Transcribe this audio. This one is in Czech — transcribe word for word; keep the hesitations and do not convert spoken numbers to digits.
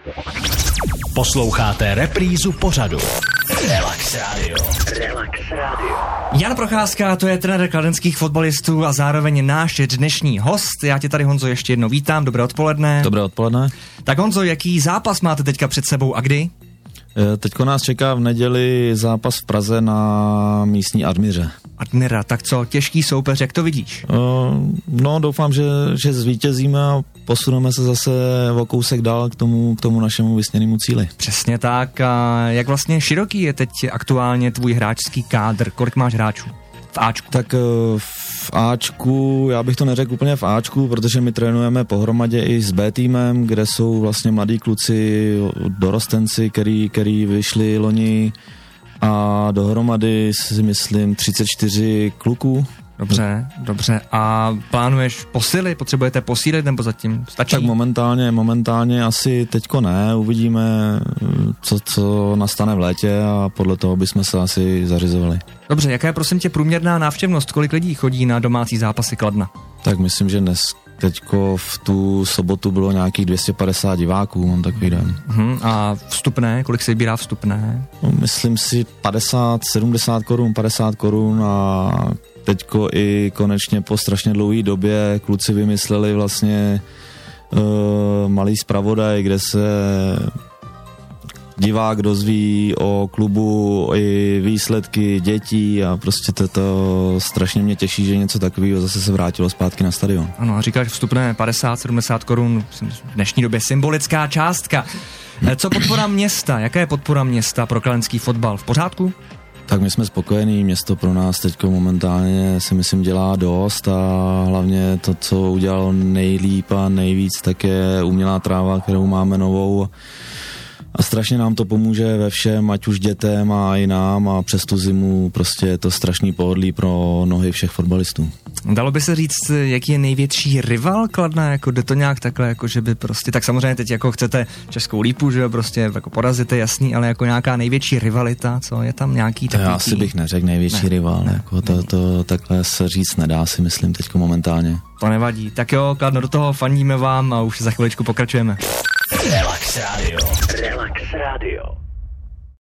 Posloucháte reprízu pořadu Relax Radio. Relax Radio. Jan Procházka, to je trenér kladenských fotbalistů a zároveň náš dnešní host. Já tě tady, Honzo, ještě jednou vítám. Dobré odpoledne. Dobré odpoledne. Tak, Honzo, jaký zápas máte teďka před sebou a kdy? Teďko nás čeká v neděli zápas v Praze na místní Admíře. Admira, tak co, těžký soupeř, jak to vidíš? No, doufám, že, že zvítězíme a posuneme se zase o kousek dál k tomu, k tomu našemu vysněnému cíli. Přesně tak. A jak vlastně široký je teď aktuálně tvůj hráčský kádr? Kolik máš hráčů v Ačku? Tak v Ačku, já bych to neřekl úplně v Ačku, protože my trénujeme pohromadě i s B týmem, kde jsou vlastně mladí kluci, dorostenci, který, který vyšli loni, a dohromady si myslím třicet čtyři kluků. Dobře, dobře. A plánuješ posily? Potřebujete posílit nebo zatím stačí? Tak momentálně, momentálně asi teďko ne. Uvidíme, co, co nastane v létě a podle toho bychom se asi zařizovali. Dobře, jaká je prosím tě průměrná návštěvnost? Kolik lidí chodí na domácí zápasy Kladna? Tak myslím, že dnes teďko v tu sobotu bylo nějakých dvě stě padesát diváků, mám takový den. Uh-huh. A vstupné? Kolik se vybírá vstupné? No, myslím si padesát, sedmdesát korun, padesát korun a teďko i konečně po strašně dlouhé době kluci vymysleli vlastně uh, malý zpravodaj, kde se divák dozví o klubu, i výsledky dětí a prostě to, to strašně mě těší, že něco takového zase se vrátilo zpátky na stadion. Ano, a říkáš vstupné padesát sedmdesát korun, v dnešní době symbolická částka. Co podpora města? Jaká je podpora města pro kladenský fotbal? V pořádku? Tak my jsme spokojení, město pro nás teďko momentálně si myslím dělá dost a hlavně to, co udělalo nejlíp a nejvíc, tak je umělá tráva, kterou máme novou. A strašně nám to pomůže ve všem, ať už dětem a i nám, a přes tu zimu prostě je to strašný pohodlí pro nohy všech fotbalistů. Dalo by se říct, jaký je největší rival Kladna, jako jde to nějak takhle, jako že by prostě, tak samozřejmě teď jako chcete Českou Lípu, že jo, prostě jako porazit, je jasný, ale jako nějaká největší rivalita, co je tam nějaký takový? Já asi bych neřekl největší ne, rival, ne, jako to, to takhle se říct nedá, si myslím teďko momentálně. To nevadí, tak jo, Kladno, do toho fandíme vám a už za chviličku pokračujeme. Relax Radio. Relax Radio.